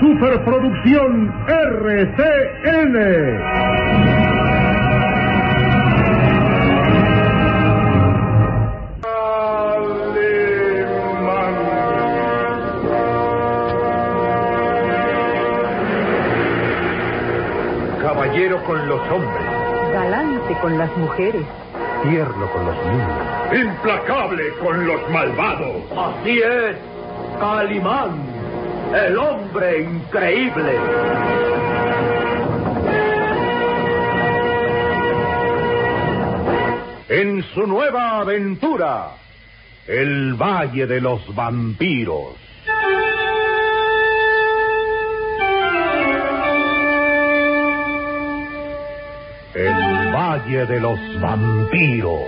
Superproducción RCN. Caballero con los hombres, galante con las mujeres, tierno con los niños, Implacable con los malvados. Así es, Calimán, el hombre increíble. en su nueva aventura, el Valle de los Vampiros. El Valle de los Vampiros.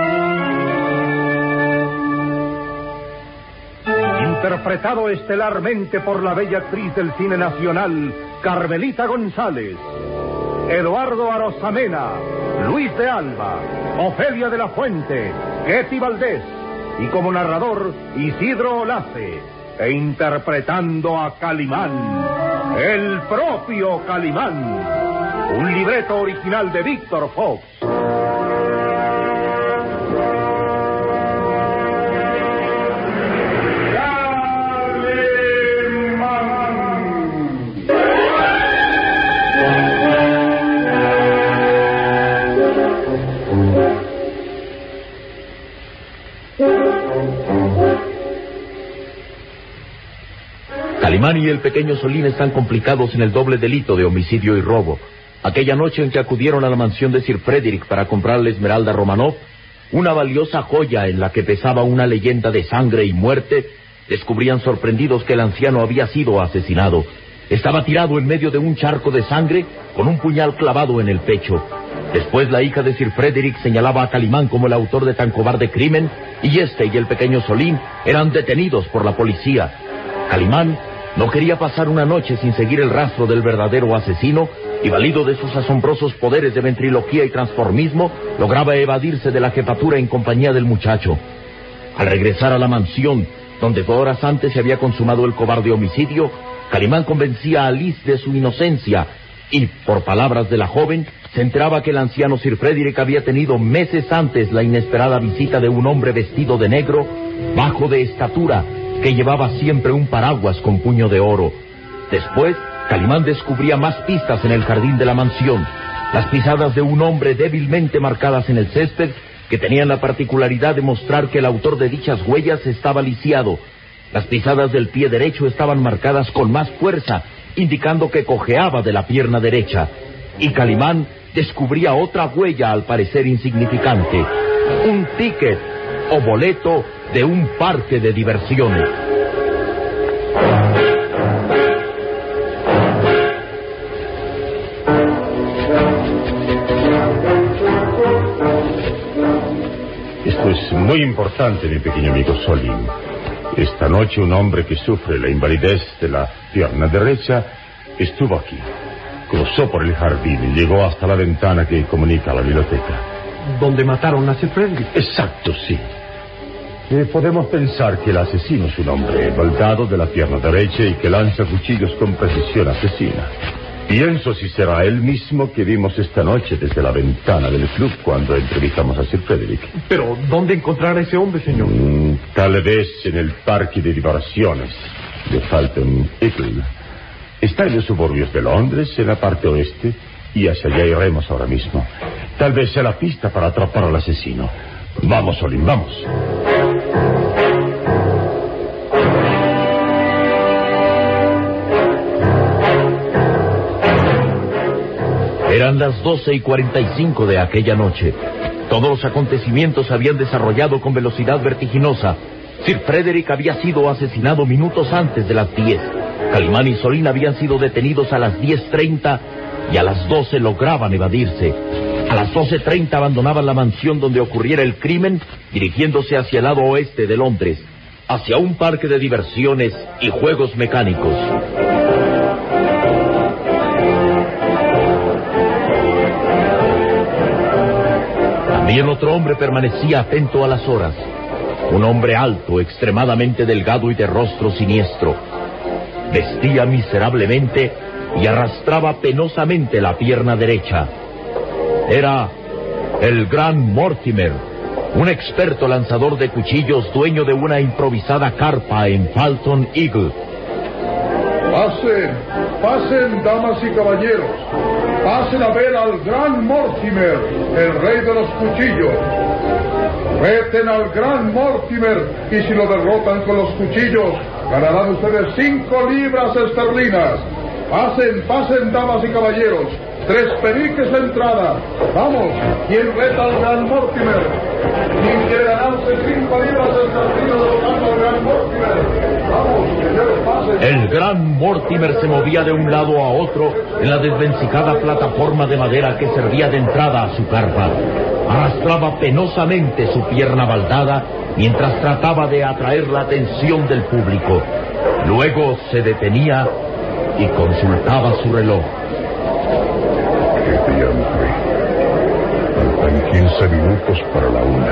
Interpretado estelarmente por la bella actriz del cine nacional, Carmelita González, Eduardo Arosamena, Luis de Alba, Ofelia de la Fuente, Ketty Valdés, y como narrador, Isidro Olace, e interpretando a Calimán, el propio Calimán. Un libreto original de Víctor Fox. Calimán y el pequeño Solín están complicados en el doble delito de homicidio y robo. Aquella noche en que acudieron a la mansión de Sir Frederick para comprar la esmeralda Romanov, una valiosa joya en la que pesaba una leyenda de sangre y muerte, descubrían sorprendidos que el anciano había sido asesinado. Estaba tirado en medio de un charco de sangre con un puñal clavado en el pecho. Después la hija de Sir Frederick señalaba a Calimán como el autor de tan cobarde crimen, y este y el pequeño Solín eran detenidos por la policía. Calimán no quería pasar una noche sin seguir el rastro del verdadero asesino, y valido de sus asombrosos poderes de ventriloquía y transformismo, lograba evadirse de la jefatura en compañía del muchacho. Al regresar a la mansión, donde 2 horas antes se había consumado el cobarde homicidio, Calimán convencía a Liz de su inocencia, y, por palabras de la joven, se enteraba que el anciano Sir Frederick había tenido meses antes la inesperada visita de un hombre vestido de negro, bajo de estatura, que llevaba siempre un paraguas con puño de oro. Después, Calimán descubría más pistas en el jardín de la mansión. Las pisadas de un hombre débilmente marcadas en el césped, que tenían la particularidad de mostrar que el autor de dichas huellas estaba lisiado. Las pisadas del pie derecho estaban marcadas con más fuerza, indicando que cojeaba de la pierna derecha. Y Calimán descubría otra huella al parecer insignificante: un ticket o boleto de un parque de diversiones. Esto es muy importante, mi pequeño amigo Solín. Esta noche un hombre que sufre la invalidez de la pierna derecha estuvo aquí. Cruzó por el jardín y llegó hasta la ventana que comunica a la biblioteca. ¿Donde mataron a Sir Frederick? Exacto, sí. Podemos pensar que el asesino es un hombre baldado de la pierna derecha y que lanza cuchillos con precisión asesina. Pienso si será él mismo que vimos esta noche desde la ventana del club cuando entrevistamos a Sir Frederick. ¿Pero dónde encontrar a ese hombre, señor? Tal vez en el parque de diversiones de Fulton Hill. Está en los suburbios de Londres, en la parte oeste, y hacia allá iremos ahora mismo. Tal vez sea la pista para atrapar al asesino. Vamos, Solín, vamos. Eran las 12:45 de aquella noche. Todos los acontecimientos se habían desarrollado con velocidad vertiginosa. Sir Frederick había sido asesinado minutos antes de las 10. Calimán y Solín habían sido detenidos a las 10:30 y a las 12 lograban evadirse. A las 12:30 abandonaban la mansión donde ocurriera el crimen, dirigiéndose hacia el lado oeste de Londres, hacia un parque de diversiones y juegos mecánicos. También otro hombre permanecía atento a las horas. Un hombre alto, extremadamente delgado y de rostro siniestro. vestía miserablemente y arrastraba penosamente la pierna derecha. Era el gran Mortimer, un experto lanzador de cuchillos, dueño de una improvisada carpa en Falcon Eagle. Pasen, pasen, damas y caballeros. Pasen a ver al gran Mortimer, el rey de los cuchillos. Reten al gran Mortimer y si lo derrotan con los cuchillos, ganarán ustedes 5 libras esterlinas. Pasen, pasen, damas y caballeros. 3 peniques de entrada. Vamos, ¿quién reta al gran Mortimer? ¿Quién quiere ganarse 5 libras esterlinas derrotando al gran Mortimer? Vamos, señores, pasen. El gran Mortimer se movía de un lado a otro en la desvencijada plataforma de madera que servía de entrada a su carpa. Arrastraba penosamente su pierna baldada mientras trataba de atraer la atención del público. Luego se detenía y consultaba su reloj. ¡Qué diantre! Faltan 15 minutos para la 1.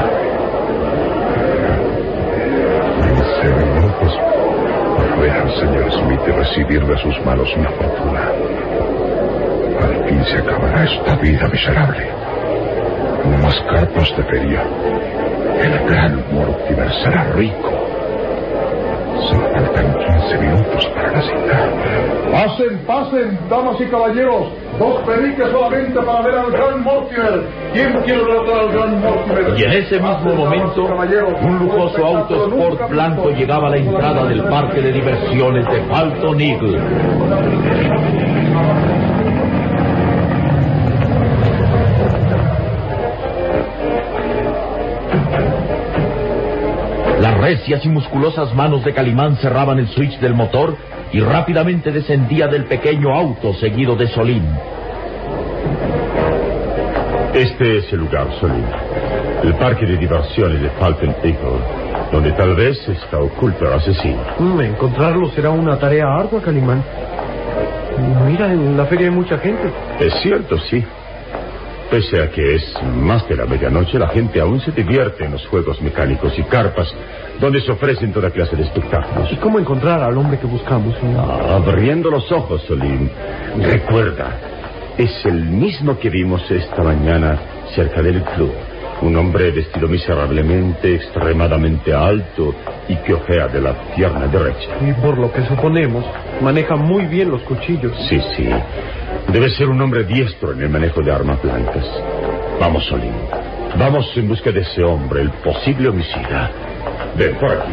15 minutos para ver al señor Smith y recibir de sus manos una fortuna. Al fin se acabará esta vida miserable. No más carpas de feria. El gran Mortimer será rico. Solo faltan 15 minutos para la cita. Pasen, pasen, damas y caballeros. 2 peniques solamente para ver al gran Mortimer. ¿Quién quiere derrotar al gran Mortimer? Y en ese mismo momento, un lujoso auto sport blanco llegaba a la entrada del parque de diversiones de Falcon Eagle. Las recias y musculosas manos de Calimán cerraban el switch del motor y rápidamente descendía del pequeño auto seguido de Solín. Este es el lugar, Solín. El parque de diversiones de Falcon Eagle, donde tal vez está oculto el asesino. Encontrarlo será una tarea ardua, Calimán. Mira, en la feria hay mucha gente. Es cierto, sí. Pese a que es más de la medianoche, la gente aún se divierte en los juegos mecánicos y carpas, donde se ofrecen toda clase de espectáculos. ¿Y cómo encontrar al hombre que buscamos, señor? Abriendo los ojos, Solín. Recuerda, es el mismo que vimos esta mañana cerca del club. Un hombre vestido miserablemente, extremadamente alto y que ojea de la pierna derecha. Y por lo que suponemos, maneja muy bien los cuchillos. Sí, sí. Debe ser un hombre diestro en el manejo de armas blancas. Vamos, Solín. Vamos en busca de ese hombre, el posible homicida. Ven, por aquí.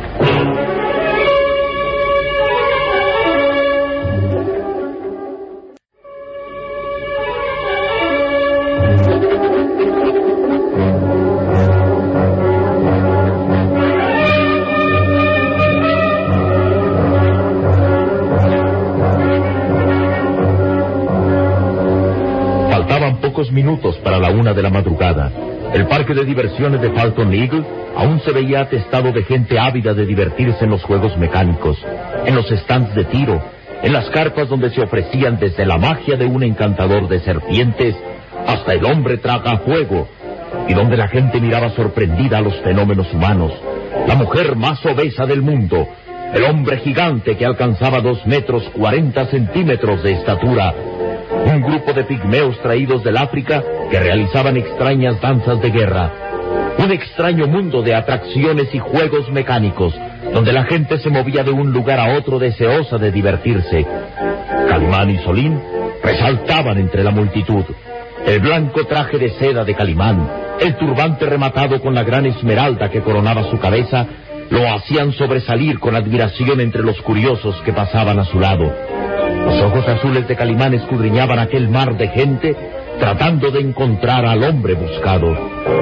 Minutos para la 1 de la madrugada. El parque de diversiones de Falcon Eagle aún se veía atestado de gente ávida de divertirse en los juegos mecánicos, en los stands de tiro, en las carpas donde se ofrecían desde la magia de un encantador de serpientes hasta el hombre traga fuego, y donde la gente miraba sorprendida a los fenómenos humanos, la mujer más obesa del mundo, el hombre gigante que alcanzaba 2 metros 40 centímetros de estatura, un grupo de pigmeos traídos del África que realizaban extrañas danzas de guerra. Un extraño mundo de atracciones y juegos mecánicos, donde la gente se movía de un lugar a otro deseosa de divertirse. Calimán y Solín resaltaban entre la multitud. El blanco traje de seda de Calimán, el turbante rematado con la gran esmeralda que coronaba su cabeza, lo hacían sobresalir con admiración entre los curiosos que pasaban a su lado. Los ojos azules de Calimán escudriñaban aquel mar de gente, tratando de encontrar al hombre buscado.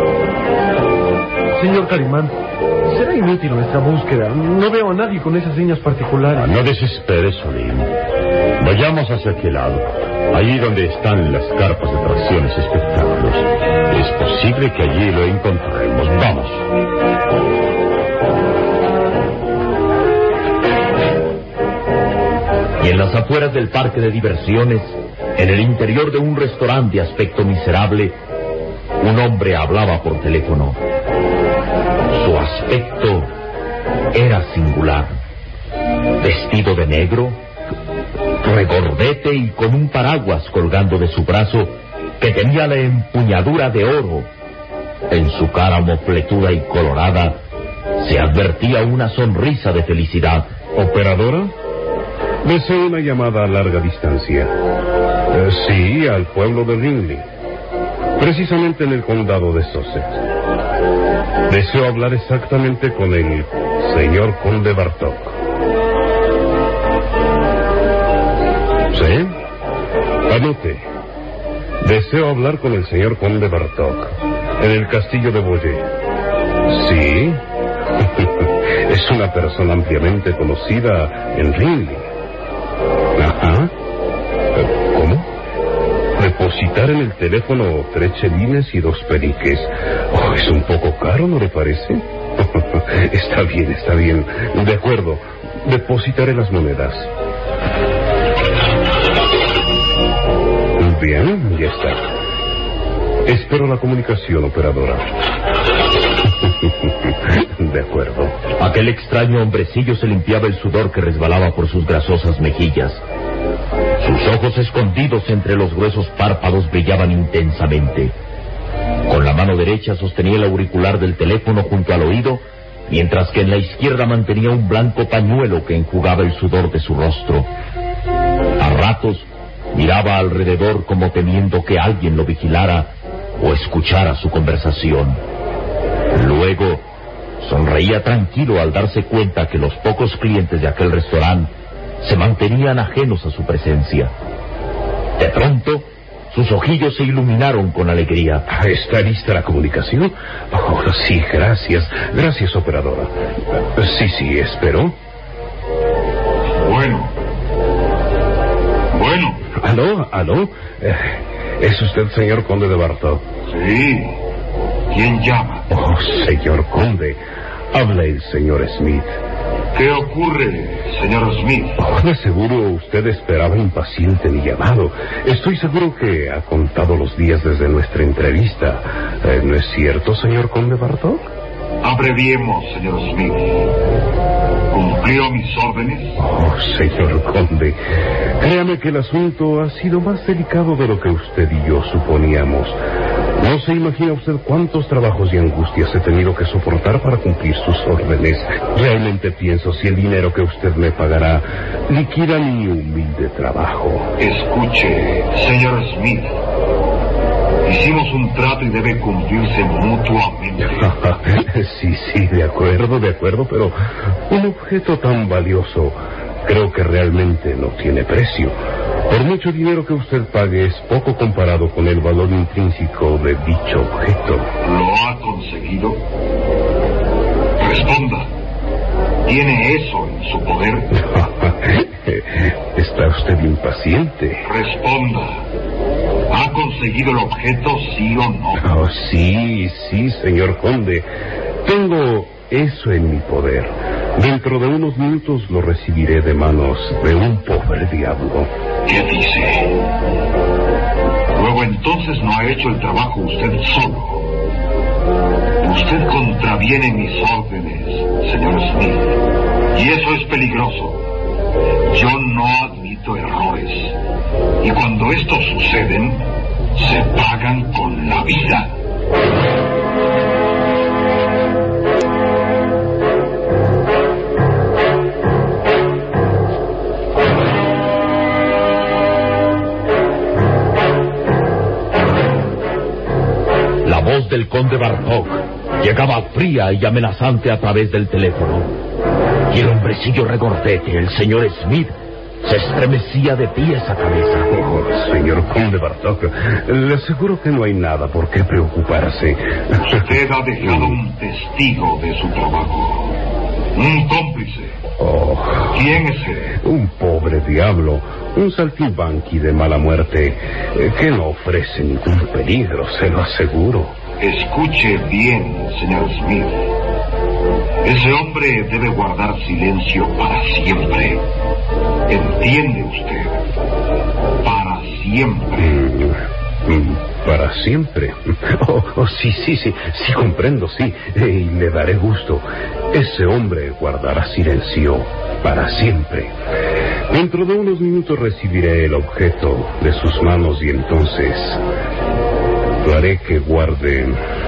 Señor Calimán, será inútil nuestra búsqueda. No veo a nadie con esas señas particulares. No desesperes, Solín. Vayamos hacia aquel lado, allí donde están las carpas de atracciones y espectáculos. Es posible que allí lo encontremos. Vamos. Y en las afueras del parque de diversiones, en el interior de un restaurante de aspecto miserable, un hombre hablaba por teléfono. Su aspecto era singular. Vestido de negro, regordete y con un paraguas colgando de su brazo que tenía la empuñadura de oro. En su cara mofletuda y colorada se advertía una sonrisa de felicidad. ¿Operadora? Deseo una llamada a larga distancia. Sí, al pueblo de Ringley, precisamente en el condado de Sussex. Deseo hablar exactamente con el señor conde Bartok. ¿Sí? Anote. Deseo hablar con el señor conde Bartok en el castillo de Boyer. Sí. Es una persona ampliamente conocida en Ringley. Ajá. ¿Cómo? Depositar en el teléfono 3 chelines y 2 peniques. Oh, es un poco caro, ¿no le parece? Está bien, está bien. De acuerdo. Depositaré las monedas. Bien, ya está. Espero la comunicación, operadora. De acuerdo. Aquel extraño hombrecillo se limpiaba el sudor que resbalaba por sus grasosas mejillas. Sus ojos escondidos entre los gruesos párpados brillaban intensamente. Con la mano derecha sostenía el auricular del teléfono junto al oído, mientras que en la izquierda mantenía un blanco pañuelo que enjugaba el sudor de su rostro. A ratos miraba alrededor como temiendo que alguien lo vigilara o escuchara su conversación. Luego sonreía tranquilo al darse cuenta que los pocos clientes de aquel restaurante se mantenían ajenos a su presencia. De pronto, sus ojillos se iluminaron con alegría. ¿Está lista la comunicación? Oh, sí, gracias. Gracias, operadora. Sí, espero. Bueno. ¿Aló? ¿Es usted señor conde de Bartok? Sí. ¿Quién llama? Oh, señor conde. Habla el señor Smith. ¿Qué ocurre, señor Smith? Oh, de seguro usted esperaba impaciente mi llamado. Estoy seguro que ha contado los días desde nuestra entrevista. ¿No es cierto, señor conde Bartok? Abreviemos, señor Smith. ¿Cumplió mis órdenes? Oh, señor conde, créame que el asunto ha sido más delicado de lo que usted y yo suponíamos. No se imagina usted cuántos trabajos y angustias he tenido que soportar para cumplir sus órdenes. Realmente pienso si el dinero que usted me pagará liquida mi humilde trabajo. Escuche, señor Smith. Hicimos un trato y debe cumplirse mutuamente. Sí, de acuerdo, pero un objeto tan valioso creo que realmente no tiene precio. Por mucho dinero que usted pague es poco comparado con el valor intrínseco de dicho objeto. ¿Lo ha conseguido? Responda. ¿Tiene eso en su poder? ¿Está usted impaciente? Responda. ¿Ha conseguido el objeto, sí o no? Oh, sí, señor conde. Tengo eso en mi poder. Dentro de unos minutos lo recibiré de manos de un pobre diablo. ¿Qué dice? Luego entonces no ha hecho el trabajo usted solo. Usted contraviene mis órdenes, señor Smith. Y eso es peligroso. Yo no admito errores. Y cuando estos suceden, se pagan con la vida. La voz del conde Bartok llegaba fría y amenazante a través del teléfono. Y el hombrecillo regordete, el señor Smith, se estremecía de pies a cabeza. Oh, señor conde Bartok, le aseguro que no hay nada por qué preocuparse. Usted ha dejado un testigo de su trabajo. Un cómplice. Oh. ¿Quién es él? Un pobre diablo. Un saltimbanqui de mala muerte que no ofrece ningún peligro, se lo aseguro. Escuche bien, señor Smith. Ese hombre debe guardar silencio para siempre. ¿Entiende usted? Para siempre. ¿Para siempre? Sí, comprendo, sí. Y le daré gusto. Ese hombre guardará silencio para siempre. Dentro de unos minutos recibiré el objeto de sus manos y entonces lo haré que guarde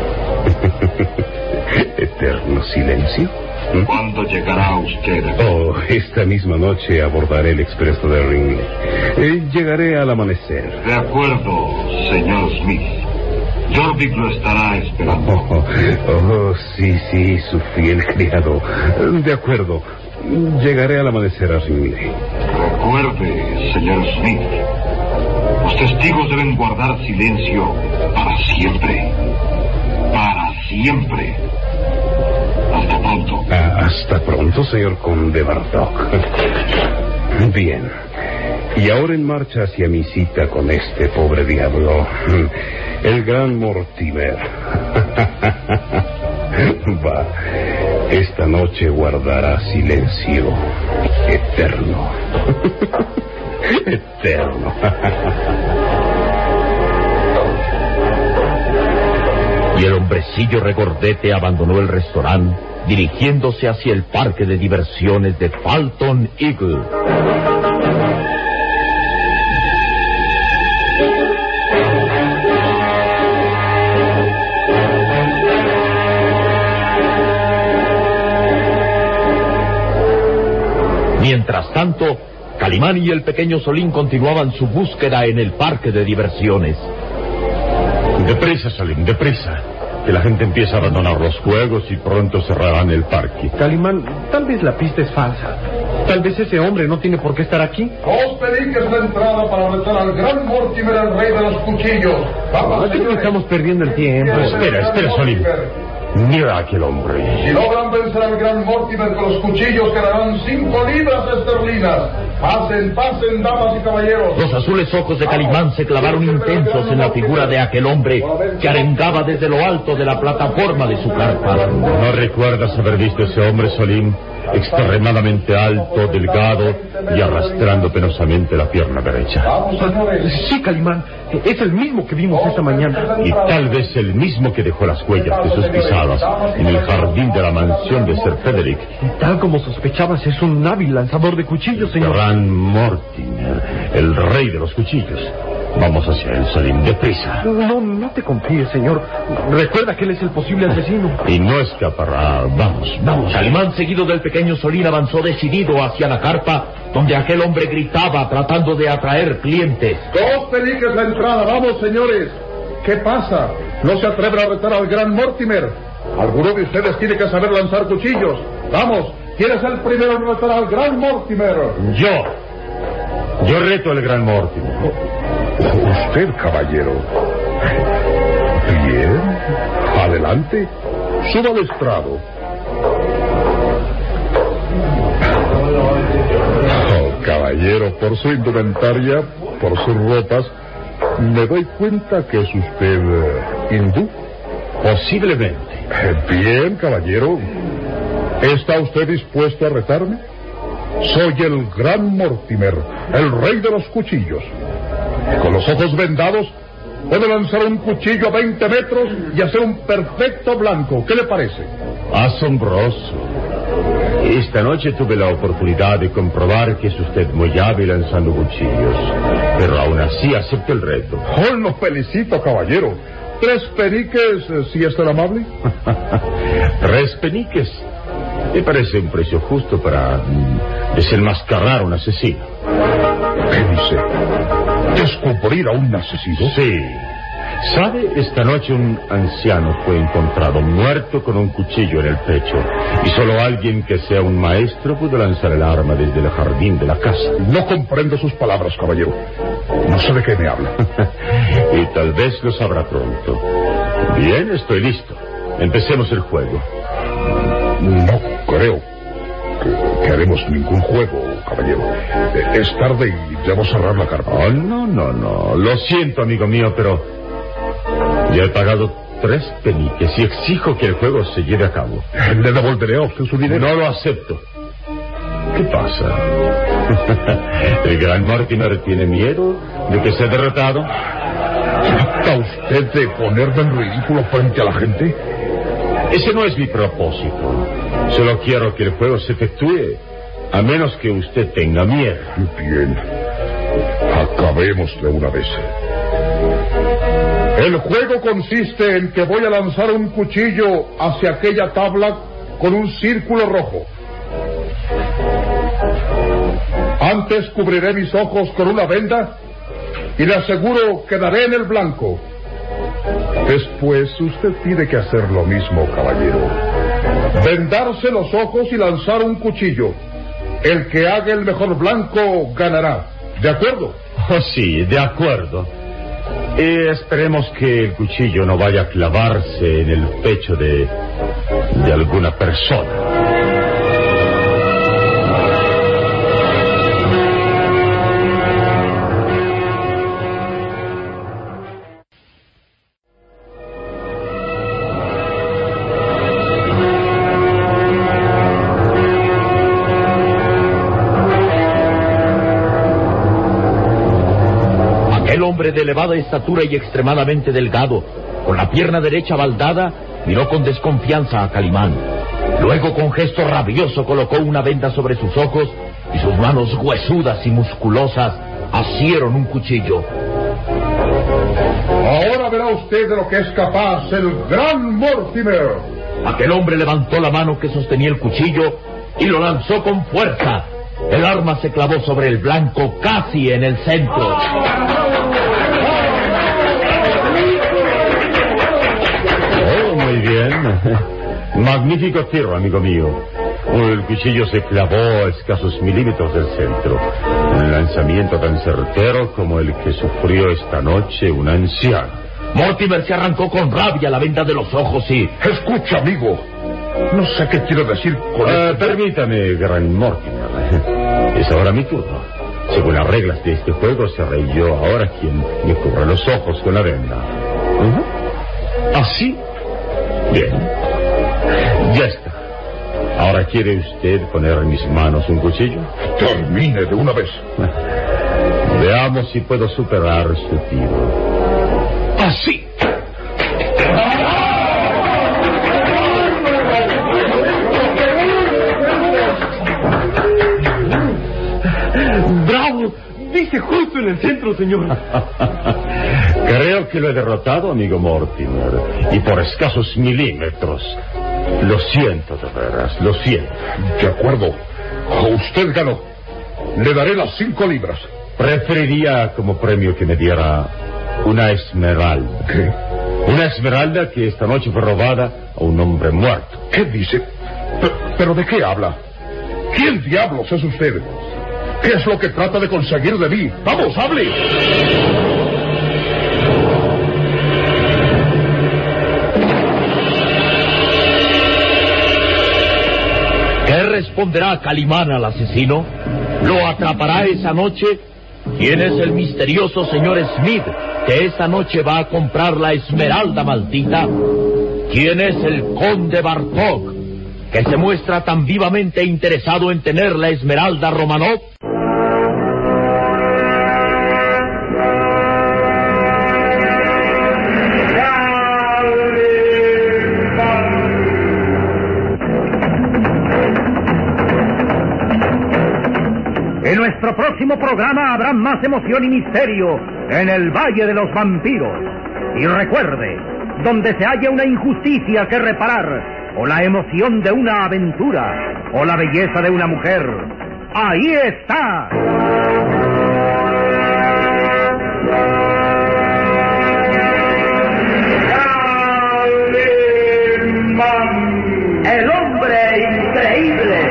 eterno silencio. ¿Cuándo llegará usted? Oh, esta misma noche abordaré el expreso de Ringley. Llegaré al amanecer. De acuerdo, señor Smith. Jorvik lo estará esperando. Sí, su fiel criado. De acuerdo. Llegaré al amanecer a Ringley. Recuerde, señor Smith, los testigos deben guardar silencio para siempre. Para siempre. Hasta pronto. Hasta pronto, señor Conde Bartok. Bien. Y ahora en marcha hacia mi cita con este pobre diablo, el gran Mortimer. Va, esta noche guardará silencio eterno. Eterno. Y el hombrecillo regordete abandonó el restaurante, dirigiéndose hacia el parque de diversiones de Falcon Eagle. Mientras tanto, Calimán y el pequeño Solín continuaban su búsqueda en el parque de diversiones. Deprisa, Solín, deprisa. Que la gente empieza a abandonar los juegos y pronto cerrarán el parque. Calimán, tal vez la pista es falsa. Tal vez ese hombre no tiene por qué estar aquí. 2 peniques de entrada para retar al gran Mortimer, el rey de los cuchillos. Vamos, Creo que estamos perdiendo el tiempo. Espera, Solín. Mira a aquel hombre. Si logran vencer al gran Mortimer con los cuchillos, quedarán 5 libras esterlinas. Pasen, damas y caballeros. Los azules ojos de Calimán se clavaron intensos en la figura de aquel hombre que arengaba desde lo alto de la plataforma de su carpa. ¿No recuerdas haber visto ese hombre, Solín? Extremadamente alto, delgado y arrastrando penosamente la pierna derecha. Vamos, señores. Sí, Calimán, es el mismo que vimos esta mañana. Y tal vez el mismo que dejó las huellas de sus pisadas en el jardín de la mansión de Sir Frederick. Y tal como sospechabas, es un hábil lanzador de cuchillos, señor. Gran Mortimer, el rey de los cuchillos. Vamos hacia él, Solín, deprisa. No te confíes, señor. Recuerda que él es el posible asesino. Y no escapará. Vamos. Calimán, seguido del pequeño Solín, avanzó decidido hacia la carpa, donde aquel hombre gritaba tratando de atraer clientes. 2 peniques la entrada. Vamos, señores. ¿Qué pasa? ¿No se atreven a retar al gran Mortimer? Alguno de ustedes tiene que saber lanzar cuchillos. Vamos, ¿quién es el primero en retar al gran Mortimer? Yo reto al gran Mortimer. Usted, caballero. Bien. Adelante. Suba al estrado. Oh, caballero, por su indumentaria, por sus ropas, me doy cuenta que es usted hindú. Posiblemente. Bien, caballero. ¿Está usted dispuesto a retarme? Soy el gran Mortimer, el rey de los cuchillos. Con los ojos vendados, puedo lanzar un cuchillo a 20 metros y hacer un perfecto blanco. ¿Qué le parece? Asombroso. Esta noche tuve la oportunidad de comprobar que es usted muy hábil lanzando cuchillos. Pero aún así acepto el reto. Oh, lo felicito, caballero. 3 peniques, si es tan amable. 3 peniques. Me parece un precio justo para desenmascarar a un asesino. ¿Qué dice? ¿Descubrir a un asesino? Sí. ¿Sabe? Esta noche un anciano fue encontrado muerto con un cuchillo en el pecho. Y solo alguien que sea un maestro pudo lanzar el arma desde el jardín de la casa. No comprendo sus palabras, caballero. No sé de qué me habla. Y tal vez lo sabrá pronto. Bien, estoy listo. Empecemos el juego. No creo que haremos ningún juego, caballero. Es tarde y debo cerrar la carpa. Oh, no. Lo siento, amigo mío, pero ya he pagado 3 peniques y exijo que el juego se lleve a cabo. ¿Le devolveré a usted su dinero? No lo acepto. ¿Qué pasa? ¿El gran Mortimer tiene miedo de que sea derrotado? ¿Trata usted de ponerme en ridículo frente a la gente? Ese no es mi propósito. Solo quiero que el juego se efectúe A menos que usted tenga miedo. Bien. Acabemos de una vez. El juego consiste en que voy a lanzar un cuchillo hacia aquella tabla con un círculo rojo. Antes cubriré mis ojos con una venda y le aseguro que daré en el blanco. Después usted tiene que hacer lo mismo, caballero. Vendarse los ojos y lanzar un cuchillo. El que haga el mejor blanco ganará. ¿De acuerdo? Oh, sí, de acuerdo. Y esperemos que el cuchillo no vaya a clavarse en el pecho de alguna persona. De elevada estatura y extremadamente delgado, con la pierna derecha baldada, miró con desconfianza a Calimán. Luego, con gesto rabioso, colocó una venda sobre sus ojos y sus manos huesudas y musculosas asieron un cuchillo. Ahora verá usted de lo que es capaz el gran Mortimer. Aquel hombre levantó la mano que sostenía el cuchillo y lo lanzó con fuerza. El arma se clavó sobre el blanco casi en el centro. Muy bien. Magnífico tiro, amigo mío. El cuchillo se clavó a escasos milímetros del centro. Un lanzamiento tan certero como el que sufrió esta noche un anciano. Mortimer se arrancó con rabia la venda de los ojos y... Escucha, amigo. No sé qué quiero decir con esto. Permítame, gran Mortimer. Es ahora mi turno. Según las reglas de este juego, seré yo ahora quien me cubra los ojos con la venda. ¿Así? Bien. Ya está. ¿Ahora quiere usted poner en mis manos un cuchillo? Termine de una vez. Veamos si puedo superar su tiro. ¡Así! ¡Bravo! Dice justo en el centro, señor. Creo que lo he derrotado, amigo Mortimer. Y por escasos milímetros. Lo siento, de veras, lo siento. De acuerdo. Usted ganó. Le daré las 5 libras. Preferiría como premio que me diera una esmeralda. ¿Qué? Una esmeralda que esta noche fue robada a un hombre muerto. ¿Qué dice? ¿Pero de qué habla? ¿Quién diablos es usted? ¿Qué es lo que trata de conseguir de mí? ¡Vamos, hable! ¿Qué responderá Calimán al asesino? ¿Lo atrapará esa noche? ¿Quién es el misterioso señor Smith que esta noche va a comprar la esmeralda maldita? ¿Quién es el conde Bartók que se muestra tan vivamente interesado en tener la esmeralda Romanov? En nuestro próximo programa habrá más emoción y misterio en el Valle de los Vampiros. Y recuerde, donde se haya una injusticia que reparar, o la emoción de una aventura, o la belleza de una mujer, ahí está. El hombre increíble.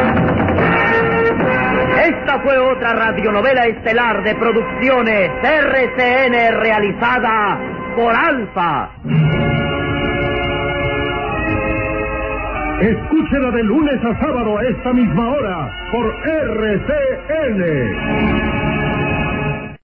Esta fue otra radionovela estelar de producciones RCN realizada por Alfa. Escúchela de lunes a sábado a esta misma hora por RCN.